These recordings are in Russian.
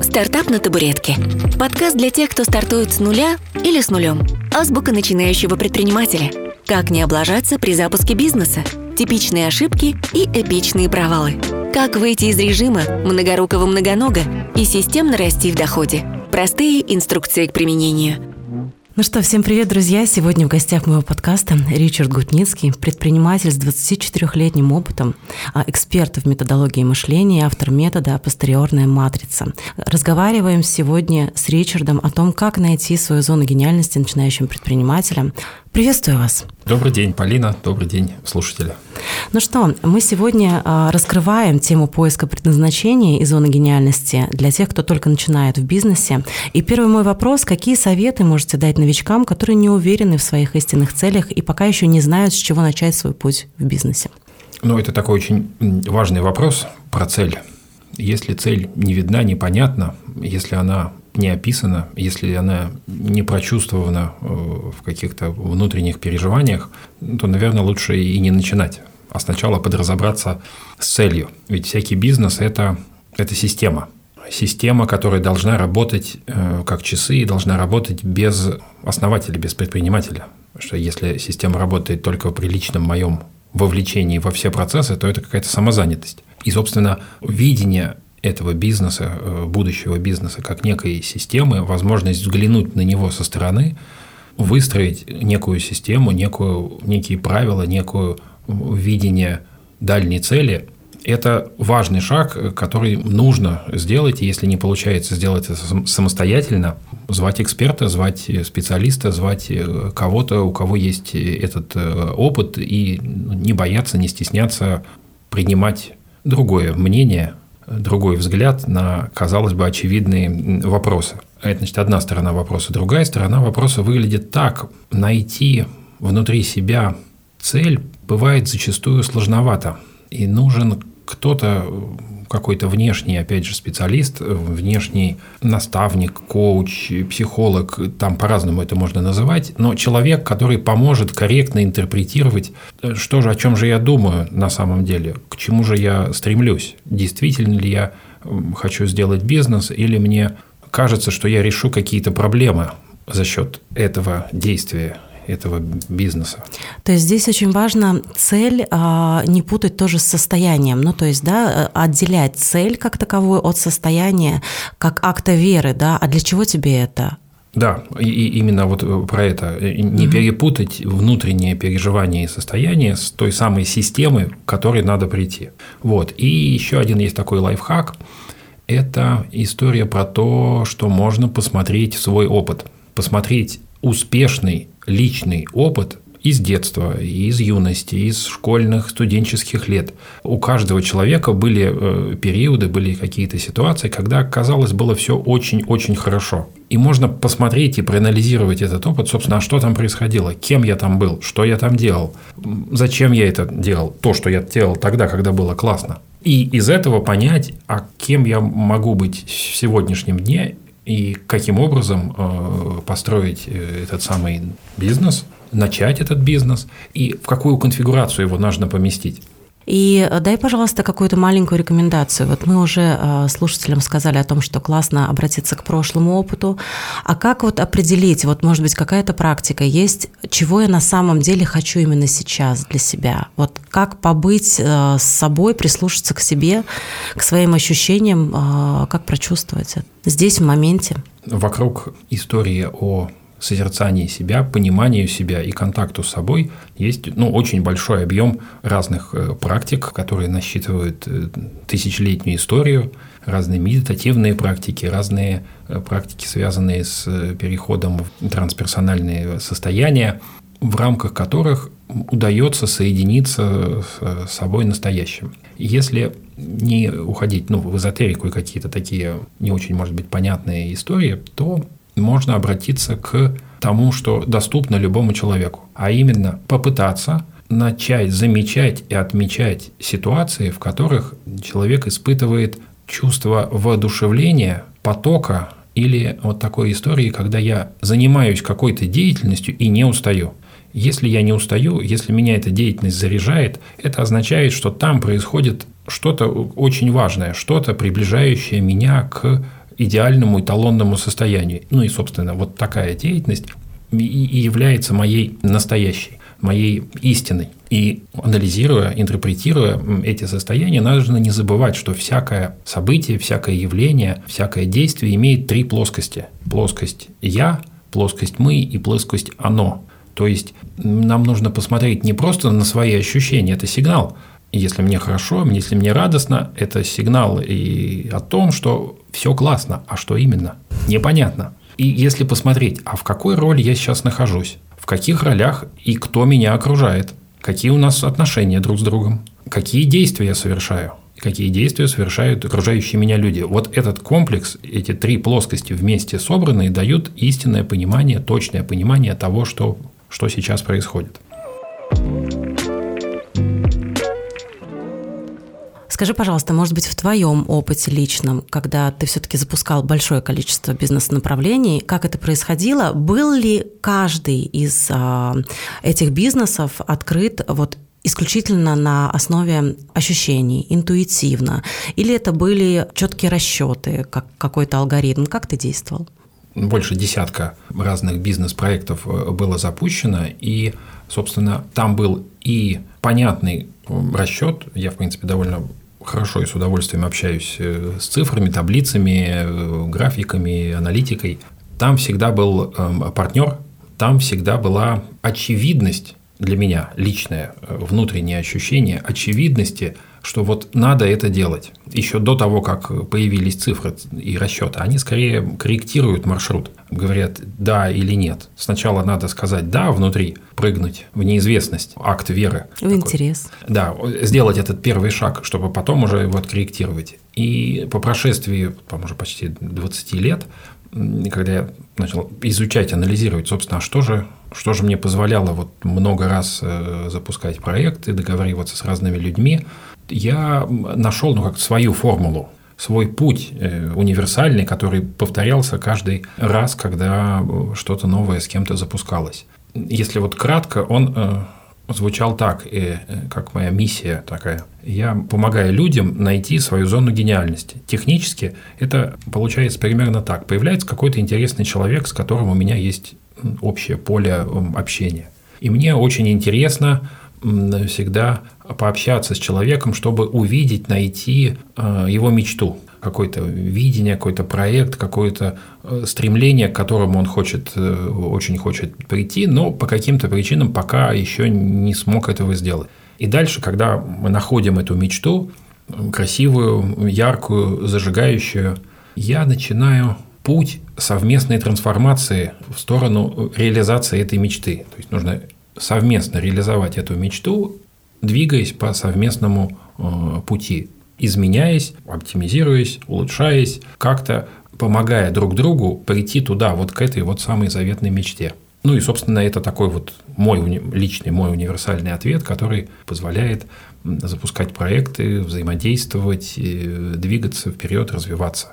«Стартап на табуретке». Подкаст для тех, кто стартует с нуля или с нулем. Азбука начинающего предпринимателя. Как не облажаться при запуске бизнеса. Типичные ошибки и эпичные провалы. Как выйти из режима многорукого многонога и системно расти в доходе. Простые инструкции к применению. Ну что, всем привет, друзья! Сегодня в гостях моего подкаста Ричард Гутницкий, предприниматель с 24-летним опытом, эксперт в методологии мышления, автор метода «Постериорная матрица». Разговариваем сегодня с Ричардом о том, как найти свою зону гениальности начинающим предпринимателям. Приветствую вас! Добрый день, Полина. Добрый день, слушатели. Ну что, мы сегодня раскрываем тему поиска предназначения и зоны гениальности для тех, кто только начинает в бизнесе. И первый мой вопрос: какие советы можете дать новичкам, которые не уверены в своих истинных целях и пока еще не знают, с чего начать свой путь в бизнесе? Это такой очень важный вопрос про цель. Если цель не видна, непонятна, если она не описана, если она не прочувствована в каких-то внутренних переживаниях, то, наверное, лучше и не начинать, а сначала подразобраться с целью. Ведь всякий бизнес – это система. Система, которая должна работать как часы и должна работать без основателя, без предпринимателя. Потому что если система работает только при личном моем вовлечении во все процессы, то это какая-то самозанятость. И, собственно, видение этого бизнеса, будущего бизнеса, как некой системы, возможность взглянуть на него со стороны, выстроить некую систему, некие правила, некое видение дальней цели – это важный шаг, который нужно сделать. И если не получается сделать это самостоятельно, звать эксперта, звать специалиста, звать кого-то, у кого есть этот опыт, и не бояться, не стесняться принимать другое мнение, другой взгляд на, казалось бы, очевидные вопросы. Это, значит, одна сторона вопроса. Другая сторона вопроса выглядит так. Найти внутри себя цель бывает зачастую сложновато. И нужен кто-то, какой-то внешний, опять же, специалист, внешний наставник, коуч, психолог, там по-разному это можно называть, но человек, который поможет корректно интерпретировать, о чем же я думаю на самом деле, к чему же я стремлюсь, действительно ли я хочу сделать бизнес, или мне кажется, что я решу какие-то проблемы за счет этого действия, этого бизнеса. То есть здесь очень важно цель не путать тоже с состоянием. Отделять цель как таковую от состояния как акта веры, да? А для чего тебе это? Да, и именно вот про это. Не перепутать внутреннее переживание и состояние с той самой системой, к которой надо прийти. Вот. И еще один есть такой лайфхак. Это история про то, что можно посмотреть свой опыт. Посмотреть успешный личный опыт из детства, из юности, из школьных, студенческих лет. У каждого человека были периоды, были какие-то ситуации, когда, казалось, было все очень-очень хорошо. И можно посмотреть и проанализировать этот опыт, собственно, а что там происходило, кем я там был, что я там делал, зачем я это делал, то, что я делал тогда, когда было классно. И из этого понять, а кем я могу быть в сегодняшнем дне, и каким образом построить этот самый бизнес, начать этот бизнес, и в какую конфигурацию его нужно поместить. И дай, пожалуйста, какую-то маленькую рекомендацию. Вот мы уже слушателям сказали о том, что классно обратиться к прошлому опыту. А как вот определить, может быть, какая-то практика есть, чего я на самом деле хочу именно сейчас для себя? Вот как побыть с собой, прислушаться к себе, к своим ощущениям, как прочувствовать это здесь, в моменте? Вокруг истории о созерцании себя, пониманию себя и контакту с собой есть очень большой объем разных практик, которые насчитывают тысячелетнюю историю, разные медитативные практики, разные практики, связанные с переходом в трансперсональные состояния, в рамках которых удается соединиться с собой настоящим. Если не уходить в эзотерику и какие-то такие не очень, может быть, понятные истории, то можно обратиться к тому, что доступно любому человеку, а именно попытаться начать замечать и отмечать ситуации, в которых человек испытывает чувство воодушевления, потока или вот такой истории, когда я занимаюсь какой-то деятельностью и не устаю. Если я не устаю, если меня эта деятельность заряжает, это означает, что там происходит что-то очень важное, что-то приближающее меня к идеальному эталонному состоянию. Ну и, собственно, вот такая деятельность и является моей настоящей, моей истиной. И анализируя, интерпретируя эти состояния, нужно не забывать, что всякое событие, всякое явление, всякое действие имеет три плоскости. Плоскость «я», плоскость «мы» и плоскость «оно». То есть нам нужно посмотреть не просто на свои ощущения, это сигнал. Если мне хорошо, если мне радостно, это сигнал и о том, что все классно, а что именно, непонятно. И если посмотреть, а в какой роли я сейчас нахожусь, в каких ролях и кто меня окружает, какие у нас отношения друг с другом, какие действия я совершаю, какие действия совершают окружающие меня люди. Вот этот комплекс, эти три плоскости вместе собранные дают истинное понимание, точное понимание того, что сейчас происходит. Скажи, пожалуйста, может быть, в твоем опыте личном, когда ты все-таки запускал большое количество бизнес-направлений, как это происходило? Был ли каждый из этих бизнесов открыт вот исключительно на основе ощущений, интуитивно? Или это были четкие расчеты, как какой-то алгоритм? Как ты действовал? Больше десятка разных бизнес-проектов было запущено, и, собственно, там был и понятный расчет. Я, в принципе, довольно хорошо и с удовольствием общаюсь с цифрами, таблицами, графиками, аналитикой. Там всегда был партнер, там всегда была очевидность для меня, личное, внутреннее ощущение очевидности, что вот надо это делать. Еще до того, как появились цифры и расчеты, они скорее корректируют маршрут, говорят «да» или «нет». Сначала надо сказать «да» внутри, прыгнуть в неизвестность, акт веры. В интерес. Да, сделать этот первый шаг, чтобы потом уже его откорректировать. И по прошествии, уже почти 20 лет, когда я начал изучать, анализировать, собственно, что же мне позволяло вот много раз запускать проекты, договариваться с разными людьми, я нашел свою формулу, свой путь универсальный, который повторялся каждый раз, когда что-то новое с кем-то запускалось. Если вот кратко, он звучал так, как моя миссия такая. Я помогаю людям найти свою зону гениальности. Технически это получается примерно так. Появляется какой-то интересный человек, с которым у меня есть общее поле общения. И мне очень интересно всегда пообщаться с человеком, чтобы увидеть, найти его мечту. Какое-то видение, какой-то проект, какое-то стремление, к которому он очень хочет прийти, но по каким-то причинам пока еще не смог этого сделать. И дальше, когда мы находим эту мечту, красивую, яркую, зажигающую, я начинаю путь совместной трансформации в сторону реализации этой мечты. То есть нужно совместно реализовать эту мечту, двигаясь по совместному пути, изменяясь, оптимизируясь, улучшаясь, как-то помогая друг другу прийти туда, вот к этой вот самой заветной мечте. Ну и, собственно, это такой вот мой универсальный ответ, который позволяет запускать проекты, взаимодействовать, двигаться вперед, развиваться.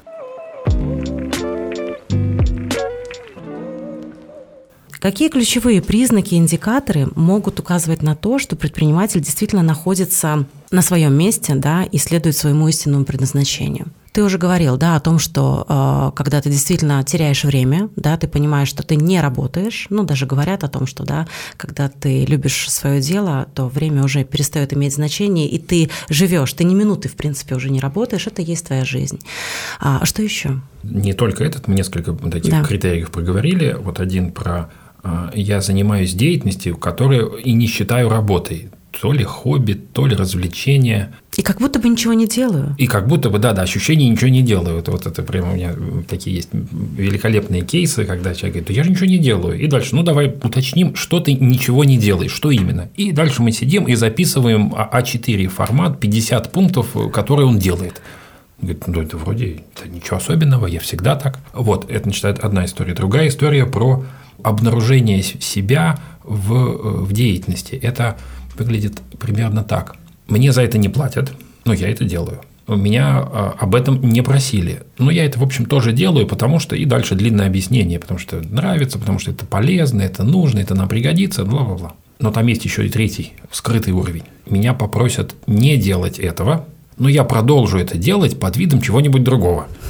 Какие ключевые признаки, индикаторы могут указывать на то, что предприниматель действительно находится на своем месте, да, и следует своему истинному предназначению? Ты уже говорил, да, о том, что когда ты действительно теряешь время, да, ты понимаешь, что ты не работаешь, даже говорят о том, что, да, когда ты любишь свое дело, то время уже перестает иметь значение, и ты живешь, ты ни минуты, в принципе, уже не работаешь, это и есть твоя жизнь. А что еще? Не только этот, мы несколько таких критериев проговорили. Вот один про «я занимаюсь деятельностью, которую и не считаю работой». То ли хобби, то ли развлечение. И как будто бы ничего не делаю. И как будто бы, да, ощущение ничего не делаю. Вот это прямо у меня такие есть великолепные кейсы, когда человек говорит, да я же ничего не делаю. И дальше, давай уточним, что ты ничего не делаешь, что именно. И дальше мы сидим и записываем А4 формат, 50 пунктов, которые он делает. Говорит, это вроде ничего особенного, я всегда так. Вот, это, значит, одна история. Другая история про обнаружение себя в деятельности. Это выглядит примерно так. Мне за это не платят, но я это делаю. Меня об этом не просили. Но я это, в общем, тоже делаю, потому что… И дальше длинное объяснение, потому что нравится, потому что это полезно, это нужно, это нам пригодится, бла-бла-бла. Но там есть еще и третий, скрытый уровень. Меня попросят не делать этого, но я продолжу это делать под видом чего-нибудь другого.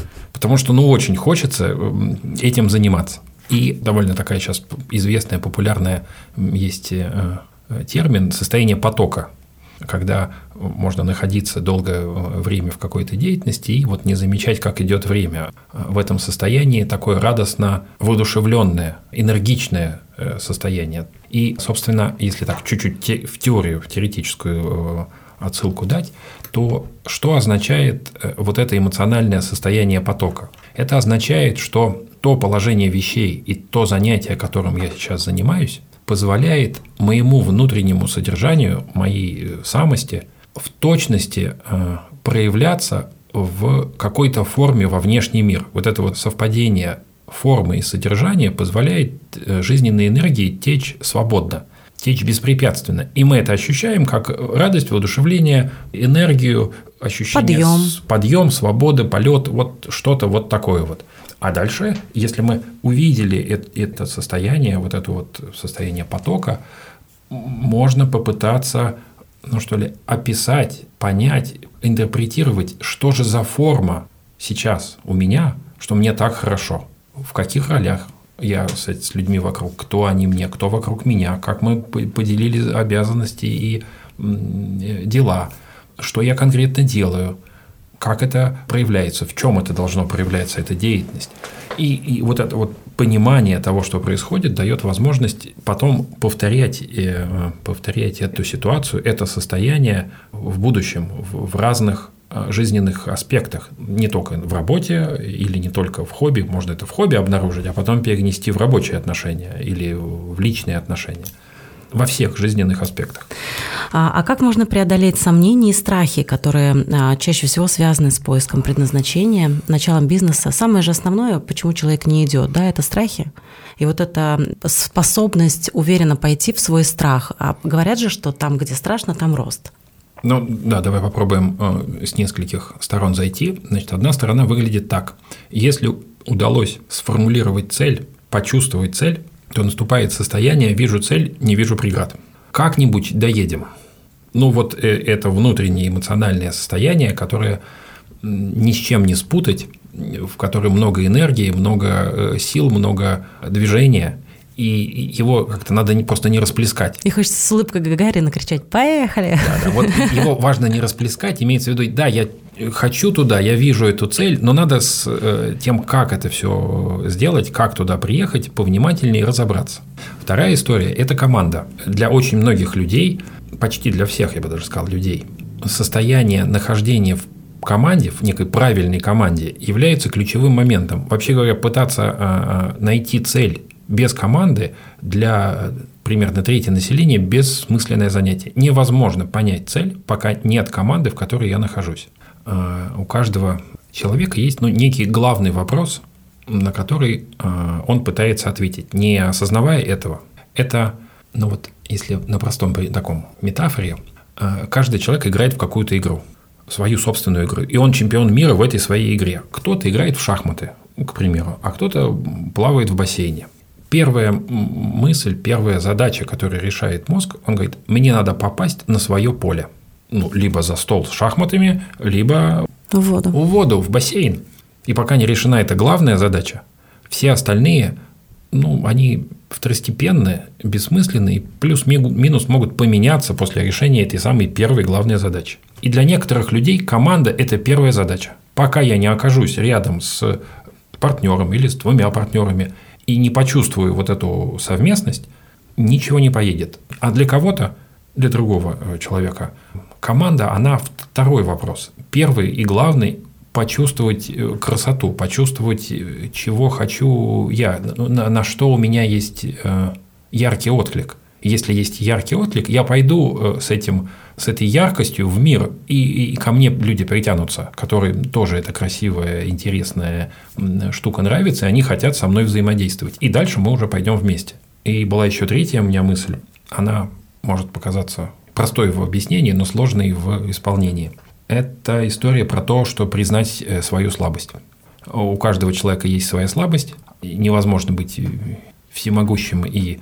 потому что очень хочется этим заниматься. И довольно такая сейчас известная, популярная есть термин «состояние потока», когда можно находиться долгое время в какой-то деятельности и вот не замечать, как идет время. В этом состоянии такое радостно воодушевленное, энергичное состояние. И, собственно, если так чуть-чуть в теорию, в теоретическую отсылку дать, то что означает вот это эмоциональное состояние потока? Это означает, что то положение вещей и то занятие, которым я сейчас занимаюсь, позволяет моему внутреннему содержанию, моей самости в точности проявляться в какой-то форме во внешний мир. Вот это вот совпадение формы и содержания позволяет жизненной энергии течь свободно, течь беспрепятственно. И мы это ощущаем как радость, воодушевление, энергию, ощущение подъем, свободы, полет, вот что-то вот такое вот. А дальше, если мы увидели это состояние, вот это вот состояние потока, можно попытаться, описать, понять, интерпретировать, что же за форма сейчас у меня, что мне так хорошо, в каких ролях я с людьми вокруг, кто они мне, кто вокруг меня, как мы поделили обязанности и дела, что я конкретно делаю, как это проявляется, в чем это должно проявляться, эта деятельность. И вот это вот понимание того, что происходит, дает возможность потом повторять эту ситуацию, это состояние в будущем, в разных жизненных аспектах, не только в работе или не только в хобби, можно это в хобби обнаружить, а потом перенести в рабочие отношения или в личные отношения. Во всех жизненных аспектах. А как можно преодолеть сомнения и страхи, которые чаще всего связаны с поиском предназначения, началом бизнеса? Самое же основное, почему человек не идет, да, это страхи. И вот эта способность уверенно пойти в свой страх. А говорят же, что там, где страшно, там рост. Давай попробуем с нескольких сторон зайти. Значит, одна сторона выглядит так. Если удалось сформулировать цель, почувствовать цель, то наступает состояние «вижу цель, не вижу преград». Как-нибудь доедем. Это внутреннее эмоциональное состояние, которое ни с чем не спутать, в котором много энергии, много сил, много движения, и его как-то надо просто не расплескать. И хочется с улыбкой Гагарина кричать «Поехали!». Да, вот его важно не расплескать, имеется в виду, да, я хочу туда, я вижу эту цель, но надо с тем, как это все сделать, как туда приехать, повнимательнее разобраться. Вторая история – это команда. Для очень многих людей, почти для всех, я бы даже сказал, людей, состояние нахождения в команде, в некой правильной команде, является ключевым моментом. Вообще говоря, пытаться найти цель без команды для примерно трети населения бессмысленное занятие. Невозможно понять цель, пока нет команды, в которой я нахожусь. У каждого человека есть некий главный вопрос, на который он пытается ответить, не осознавая этого. Это, если на простом таком метафоре, каждый человек играет в какую-то игру, свою собственную игру, и он чемпион мира в этой своей игре. Кто-то играет в шахматы, к примеру, а кто-то плавает в бассейне. Первая мысль, первая задача, которую решает мозг, он говорит, мне надо попасть на свое поле. Либо за стол с шахматами, либо в воду, в бассейн. И пока не решена эта главная задача, все остальные, они второстепенные, бессмысленные, плюс-минус могут поменяться после решения этой самой первой главной задачи. И для некоторых людей команда – это первая задача. Пока я не окажусь рядом с партнером или с двумя партнерами и не почувствую вот эту совместность, ничего не поедет. А для кого-то, для другого человека, команда, она второй вопрос. Первый и главный – почувствовать красоту, почувствовать, чего хочу я, на что у меня есть яркий отклик. Если есть яркий отклик, я пойду с этой яркостью в мир, и ко мне люди притянутся, которым тоже эта красивая, интересная штука нравится, и они хотят со мной взаимодействовать. И дальше мы уже пойдем вместе. И была еще третья у меня мысль. Она может показаться простой в объяснении, но сложной в исполнении. Это история про то, что признать свою слабость. У каждого человека есть своя слабость. Невозможно быть всемогущим и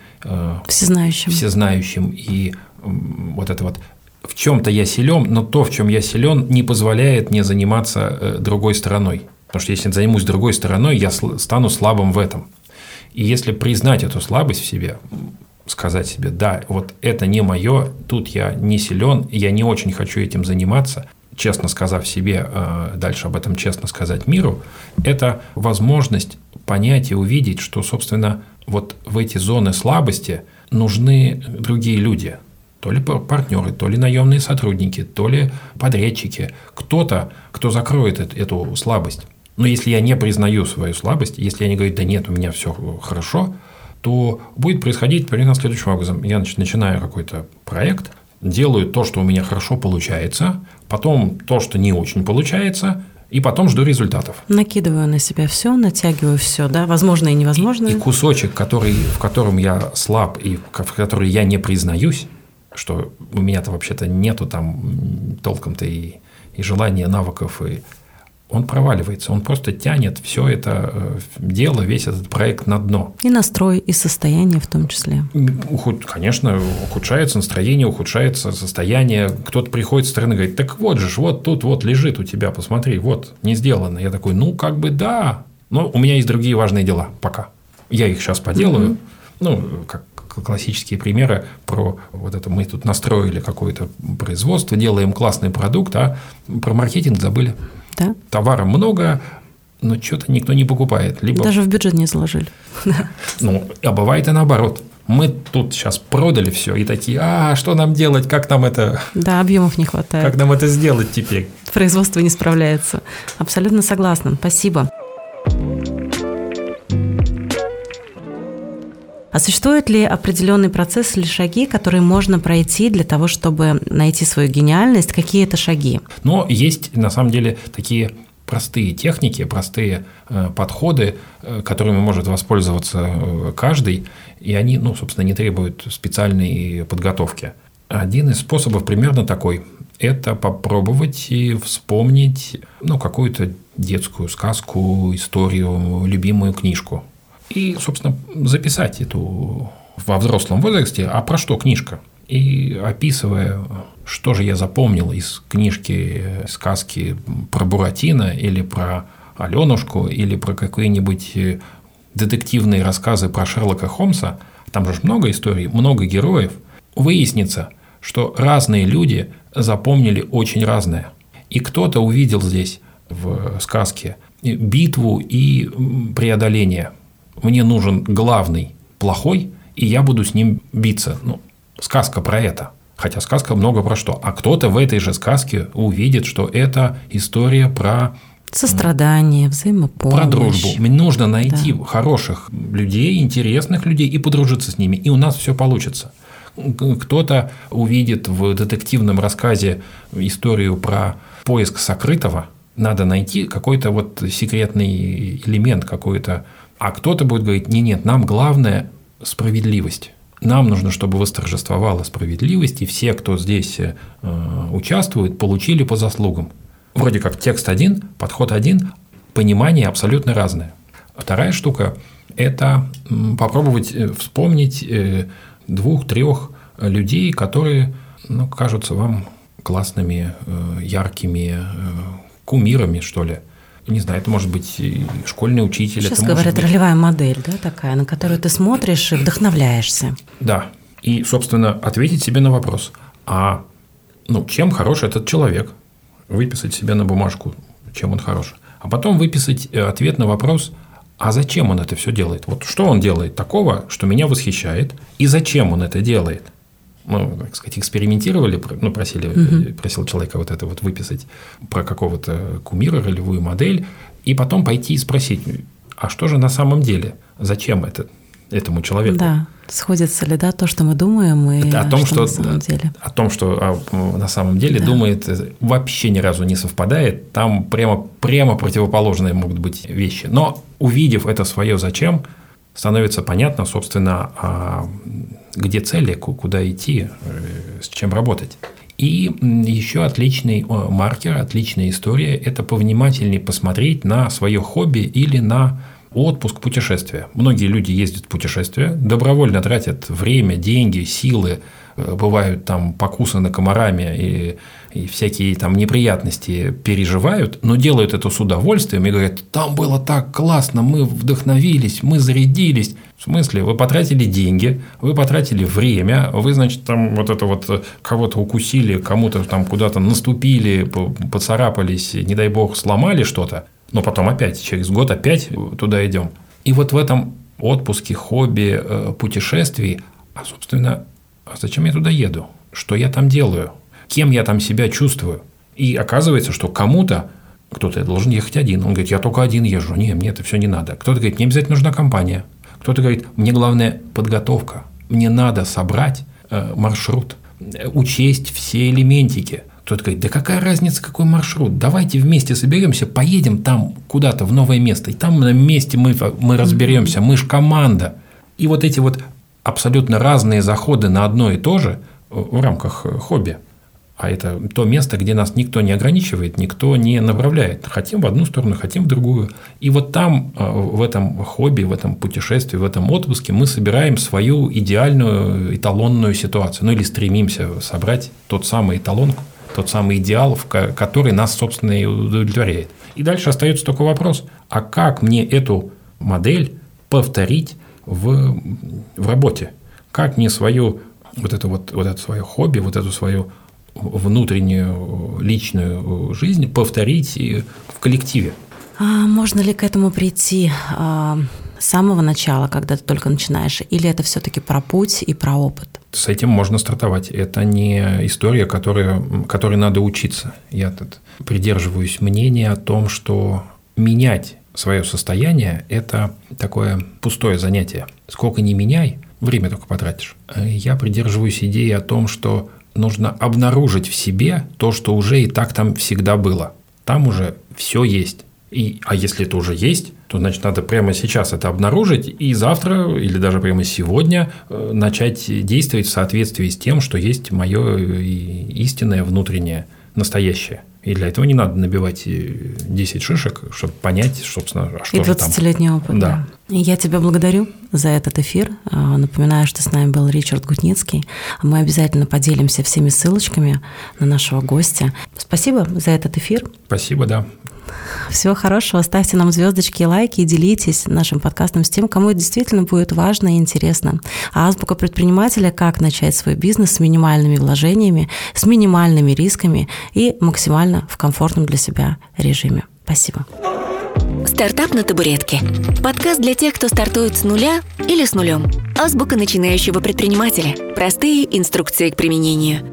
всезнающим. И вот это вот в чем-то я силен, но то, в чем я силен, не позволяет мне заниматься другой стороной. Потому что если займусь другой стороной, я стану слабым в этом. И если признать эту слабость в себе, сказать себе, да, вот это не мое, тут я не силен, я не очень хочу этим заниматься, честно сказав себе, дальше об этом честно сказать миру, это возможность понять и увидеть, что, собственно, вот в эти зоны слабости нужны другие люди. То ли партнеры, то ли наемные сотрудники, то ли подрядчики. Кто-то, кто закроет эту слабость. Но если я не признаю свою слабость, если я не говорю, да нет, у меня все хорошо, то будет происходить примерно следующим образом. Я начинаю какой-то проект, делаю то, что у меня хорошо получается, потом то, что не очень получается, и потом жду результатов. Накидываю на себя все, натягиваю все, да, возможное и невозможное. И кусочек, в котором я слаб, и в который я не признаюсь, что у меня-то вообще-то нету там толком-то и желания, навыков, и он проваливается, он просто тянет все это дело, весь этот проект на дно. И настрой, и состояние в том числе. Конечно, ухудшается настроение, ухудшается состояние. Кто-то приходит со стороны и говорит, так вот же, вот тут вот лежит у тебя, посмотри, вот, не сделано. Я такой, ну, как бы да, но у меня есть другие важные дела пока. Я их сейчас поделаю. Ну, как классические примеры про вот это мы тут настроили какое-то производство, делаем классный продукт, а про маркетинг забыли. Да. Товара много, но что-то никто не покупает. Либо... Даже в бюджет не заложили. Ну, а бывает и наоборот. Мы тут сейчас продали все и такие, что нам делать, как нам это... Да, объемов не хватает. Как нам это сделать теперь? Производство не справляется. Абсолютно согласна. Спасибо. А существует ли определенный процесс или шаги, которые можно пройти для того, чтобы найти свою гениальность? Какие это шаги? Но есть, на самом деле, такие простые техники, простые подходы, которыми может воспользоваться каждый, и они, собственно, не требуют специальной подготовки. Один из способов примерно такой – это попробовать и вспомнить какую-то детскую сказку, историю, любимую книжку. И, собственно, записать эту во взрослом возрасте, а про что книжка? И описывая, что же я запомнил из книжки, сказки про Буратино или про Аленушку, или про какие-нибудь детективные рассказы про Шерлока Холмса, там же много историй, много героев, выяснится, что разные люди запомнили очень разное. И кто-то увидел здесь в сказке битву и преодоление. Мне нужен главный плохой, и я буду с ним биться. Сказка про это. Хотя сказка много про что. А кто-то в этой же сказке увидит, что это история про... сострадание, взаимопомощь. Про дружбу. Мне нужно найти хороших людей, интересных людей и подружиться с ними. И у нас все получится. Кто-то увидит в детективном рассказе историю про поиск сокрытого. Надо найти какой-то секретный элемент какой-то. А кто-то будет говорить, нет, нам главное справедливость. Нам нужно, чтобы восторжествовала справедливость, и все, кто здесь участвует, получили по заслугам. Вроде как текст один, подход один, понимание абсолютно разное. Вторая штука – это попробовать вспомнить 2-3 людей, которые кажутся вам классными, яркими, кумирами, что ли. Не знаю, это может быть школьный учитель. Сейчас говорят, ролевая модель, да, такая, на которую ты смотришь и вдохновляешься. Да. И, собственно, ответить себе на вопрос, чем хорош этот человек? Выписать себе на бумажку, чем он хорош. А потом выписать ответ на вопрос, а зачем он это все делает? Вот что он делает такого, что меня восхищает, и зачем он это делает? Так сказать, экспериментировали, просил человека это выписать про какого-то кумира, ролевую модель, и потом пойти и спросить, а что же на самом деле? Зачем этому человеку? Да, сходится ли, то, что мы думаем, и о том, что на самом деле. О том, что на самом деле думает, вообще ни разу не совпадает, там прямо противоположные могут быть вещи. Но увидев это свое «зачем», становится понятно, собственно, где цели, куда идти, с чем работать. И еще отличный маркер, отличная история – это повнимательнее посмотреть на свое хобби или на Отпуск, путешествия. Многие люди ездят в путешествия, добровольно тратят время, деньги, силы, бывают там покусаны комарами и всякие там неприятности переживают, но делают это с удовольствием и говорят: там было так классно, мы вдохновились, мы зарядились. В смысле? Вы потратили деньги, вы потратили время, вы, значит, там вот это вот кого-то укусили, кому-то там куда-то наступили, поцарапались, не дай бог, сломали что-то, но потом опять, через год опять туда идем. И вот в этом отпуске, хобби, путешествии, собственно, зачем я туда еду? Что я там делаю? Кем я там себя чувствую? И оказывается, что кому-то, кто-то должен ехать один. Он говорит: я только один езжу. Не, мне это все не надо. Кто-то говорит: мне обязательно нужна компания. Кто-то говорит: мне главное подготовка. Мне надо собрать маршрут, учесть все элементики. Кто-то говорит: да какая разница, какой маршрут? Давайте вместе соберемся, поедем там куда-то в новое место. И там на месте мы разберемся. Мы ж команда. И вот эти вот абсолютно разные заходы на одно и то же в рамках хобби. А это то место, где нас никто не ограничивает, никто не направляет. Хотим в одну сторону, хотим в другую. И вот там, в этом хобби, в этом путешествии, в этом отпуске мы собираем свою идеальную, эталонную ситуацию. Ну, или стремимся собрать тот самый эталон, тот самый идеал, который нас, собственно, и удовлетворяет. И дальше остается только вопрос: а как мне эту модель повторить в работе? Как мне свое свое хобби, вот эту свою внутреннюю личную жизнь повторить в коллективе? Можно ли к этому прийти с самого начала, когда ты только начинаешь, или это все-таки про путь и про опыт? С этим можно стартовать. Это не история, которой надо учиться. Я тут придерживаюсь мнения о том, что менять свое состояние – это такое пустое занятие. Сколько ни меняй, время только потратишь. Я придерживаюсь идеи о том, что нужно обнаружить в себе то, что уже и так там всегда было. Там уже все есть. А если это уже есть, то, значит, надо прямо сейчас это обнаружить и завтра или даже прямо сегодня начать действовать в соответствии с тем, что есть мое истинное внутреннее, настоящее. И для этого не надо набивать 10 шишек, чтобы понять, собственно, что же там. И 20-летний опыт. Да. Я тебя благодарю за этот эфир. Напоминаю, что с нами был Ричард Гутницкий. Мы обязательно поделимся всеми ссылочками на нашего гостя. Спасибо за этот эфир. Спасибо, да. Всего хорошего. Ставьте нам звездочки и лайки и делитесь нашим подкастом с тем, кому это действительно будет важно и интересно. Азбука предпринимателя: как начать свой бизнес с минимальными вложениями, с минимальными рисками и максимально в комфортном для себя режиме. Спасибо. «Стартап на табуретке» – подкаст для тех, кто стартует с нуля или с нулем. Азбука начинающего предпринимателя. Простые инструкции к применению.